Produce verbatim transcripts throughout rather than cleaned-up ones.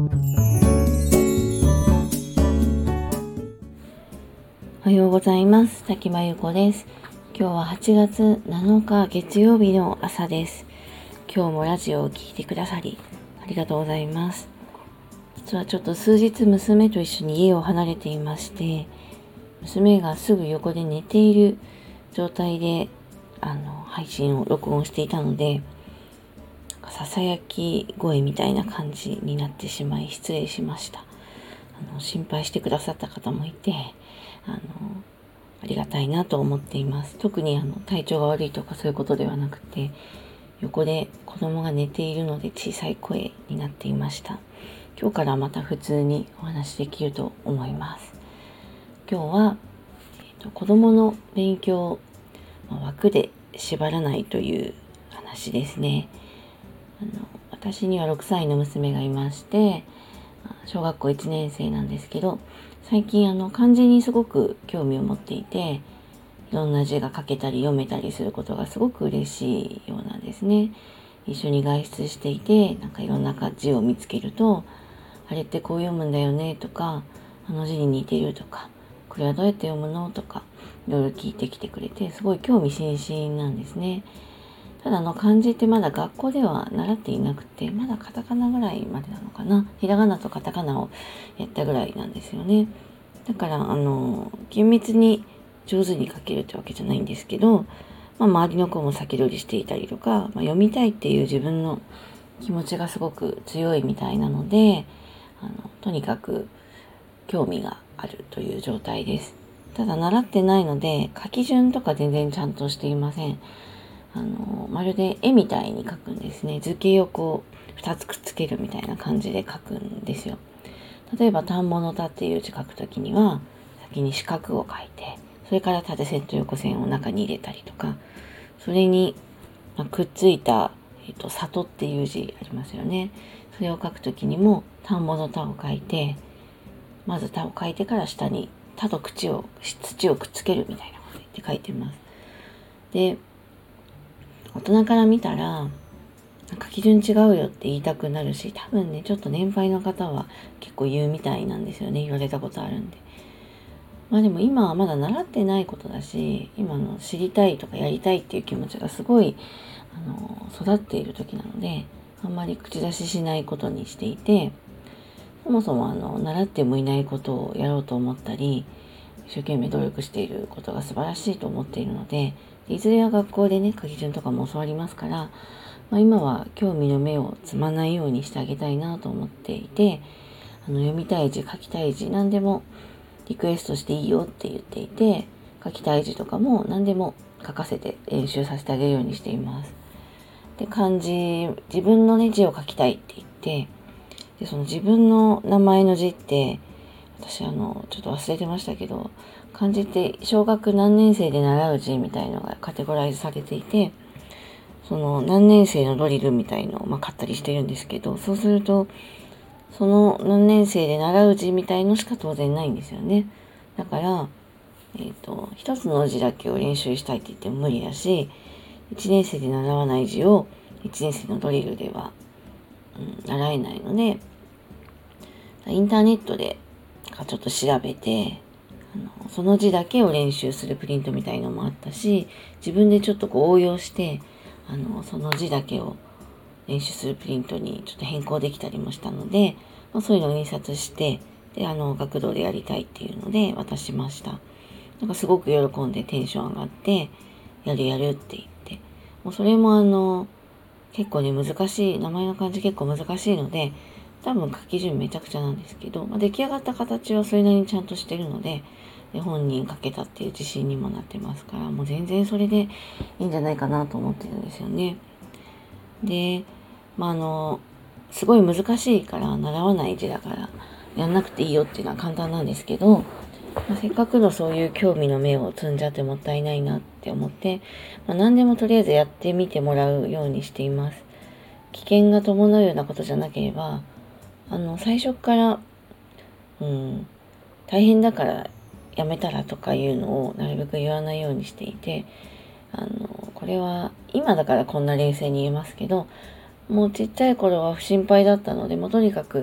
おはようございます。滝真由子です。今日ははちがつなのか月曜日の朝です。今日もラジオを聞いてくださりありがとうございます。実はちょっと数日娘と一緒に家を離れていまして、娘がすぐ横で寝ている状態であの配信を録音していたので、ささやき声みたいな感じになってしまい失礼しました。あの心配してくださった方もいて、あのありがたいなと思っています。特にあの体調が悪いとかそういうことではなくて、横で子供が寝ているので小さい声になっていました。今日からまた普通にお話できると思います。今日は、えーと、子供の勉強、枠で縛らないという話ですね。あの私にはろくさいの娘がいまして、小学校いちねん生なんですけど、最近あの漢字にすごく興味を持っていて、いろんな字が書けたり読めたりすることがすごく嬉しいようなんですね。一緒に外出していて、なんかいろんな字を見つけると、あれってこう読むんだよねとか、あの字に似てるとか、これはどうやって読むのとか、いろいろ聞いてきてくれて、すごい興味津々なんですね。ただの漢字ってまだ学校では習っていなくて、まだカタカナぐらいまでなのかな。ひらがなとカタカナをやったぐらいなんですよね。だから、あの、厳密に上手に書けるってわけじゃないんですけど、まあ、周りの子も先取りしていたりとか、まあ、読みたいっていう自分の気持ちがすごく強いみたいなので、あのとにかく興味があるという状態です。ただ習ってないので、書き順とか全然ちゃんとしていません。あのまるで絵みたいに描くんですね。図形をこうふたつくっつけるみたいな感じで描くんですよ。例えば反物田っていう字書くときには、先に四角を描いて、それから縦線と横線を中に入れたりとか、それにくっついた、えっと、里っていう字ありますよね。それを書くときにも反物田を書いて、まず田を書いてから下に田と口を土をくっつけるみたいなことで書いてます。で、大人から見たら書き順違うよって言いたくなるし、多分ねちょっと年配の方は結構言うみたいなんですよね。言われたことあるんで。まあでも今はまだ習ってないことだし、今の知りたいとかやりたいっていう気持ちがすごいあの育っている時なので、あんまり口出ししないことにしていて、そもそもあの習ってもいないことをやろうと思ったり、一生懸命努力していることが素晴らしいと思っているので、いずれは学校でね書き順とかも教わりますから、まあ、今は興味の目をつまないようにしてあげたいなと思っていて、あの読みたい字、書きたい字、何でもリクエストしていいよって言っていて、書きたい字とかも何でも書かせて練習させてあげるようにしています。で、漢字、自分のね字を書きたいって言って、でその自分の名前の字って、私あのちょっと忘れてましたけど、漢字って小学何年生で習う字みたいのがカテゴライズされていて、その何年生のドリルみたいのを、まあ、買ったりしてるんですけど、そうするとその何年生で習う字みたいのしか当然ないんですよね。だから、えっと、一つの字だけを練習したいって言っても無理だし、一年生で習わない字を一年生のドリルでは、うん、習えないので、インターネットでちょっと調べて、あのその字だけを練習するプリントみたいのもあったし、自分でちょっとこう応用して、あのその字だけを練習するプリントにちょっと変更できたりもしたので、まあ、そういうのを印刷して、で、あの、学童でやりたいっていうので渡しました。なんかすごく喜んでテンション上がって、やるやるって言って。もうそれもあの、結構ね、難しい、名前の漢字結構難しいので、多分書き順めちゃくちゃなんですけど、まあ、出来上がった形はそれなりにちゃんとしてるので、で本人書けたっていう自信にもなってますから、もう全然それでいいんじゃないかなと思ってるんですよね。で、まあ、あの、すごい難しいから習わない字だからやんなくていいよっていうのは簡単なんですけど、まあ、せっかくのそういう興味の目を積んじゃってもったいないなって思って、まあ、何でもとりあえずやってみてもらうようにしています。危険が伴うようなことじゃなければ、あの、最初から、うん、大変だからやめたらとかいうのをなるべく言わないようにしていて、あの、これは今だからこんな冷静に言えますけど、もうちっちゃい頃は不心配だったので、もうとにかく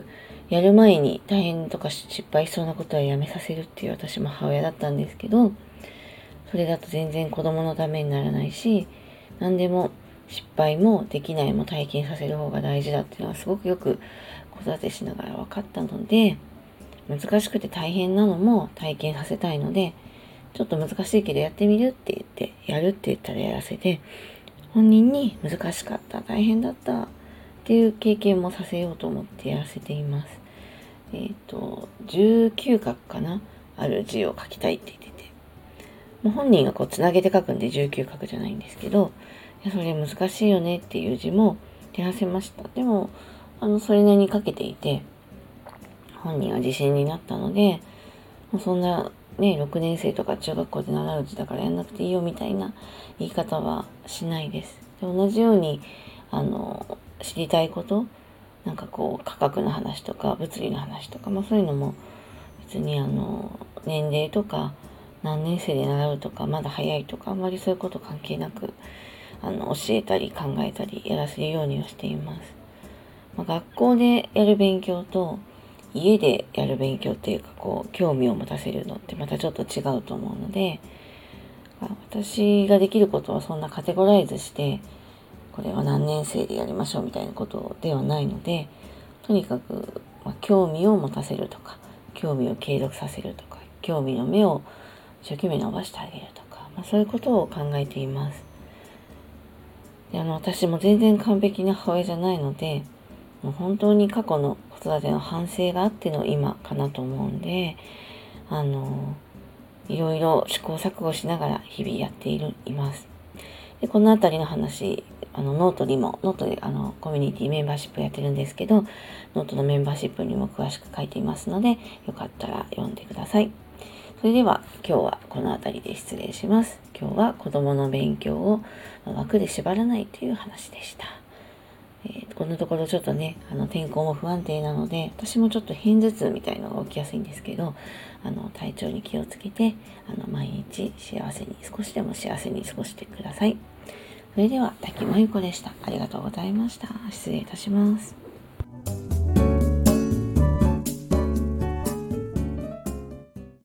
やる前に大変とか失敗しそうなことはやめさせるっていう私も母親だったんですけど、それだと全然子供のためにならないし、何でも失敗もできないも体験させる方が大事だっていうのはすごくよく子育てしながら分かったので、難しくて大変なのも体験させたいので、ちょっと難しいけどやってみるって言って、やるって言ったらやらせて、本人に難しかった、大変だったっていう経験もさせようと思ってやらせています。えっと、じゅうきゅう画かなある字を書きたいって言ってて、もう本人がこうつなげて書くんでじゅうきゅう画じゃないんですけど、いやそれ難しいよねっていう字も手らせました。でも、あの、それなりに書けていて、本人は自信になったので、もうそんなね、ろくねん生とか中学校で習う字だからやんなくていいよみたいな言い方はしないです。で同じように、あの、知りたいこと、なんかこう、価格の話とか、物理の話とか、まあそういうのも、別にあの、年齢とか、何年生で習うとか、まだ早いとか、あんまりそういうこと関係なく、あの、教えたり考えたりやらせるようにはしています。まあ、学校でやる勉強と、家でやる勉強っていうか、こう、興味を持たせるのってまたちょっと違うと思うので、私ができることはそんなカテゴライズして、これは何年生でやりましょうみたいなことではないので、とにかく、まあ、興味を持たせるとか、興味を継続させるとか、興味の目を一生懸命伸ばしてあげるとか、まあ、そういうことを考えています。であの私も全然完璧な母親じゃないので、もう本当に過去の子育ての反省があっての今かなと思うんで、あの、いろいろ試行錯誤しながら日々やっている、います。で、このあたりの話、あの、ノートにも、ノートで、あの、コミュニティメンバーシップやってるんですけど、ノートのメンバーシップにも詳しく書いていますので、よかったら読んでください。それでは、今日はこのあたりで失礼します。今日は子供の勉強を枠で縛らないという話でした。えー、このところちょっとね、あの天候も不安定なので、私もちょっと片頭痛みたいのが起きやすいんですけど、あの体調に気をつけて、あの毎日幸せに、少しでも幸せに過ごしてください。それでは、滝真由子でした。ありがとうございました。失礼いたします。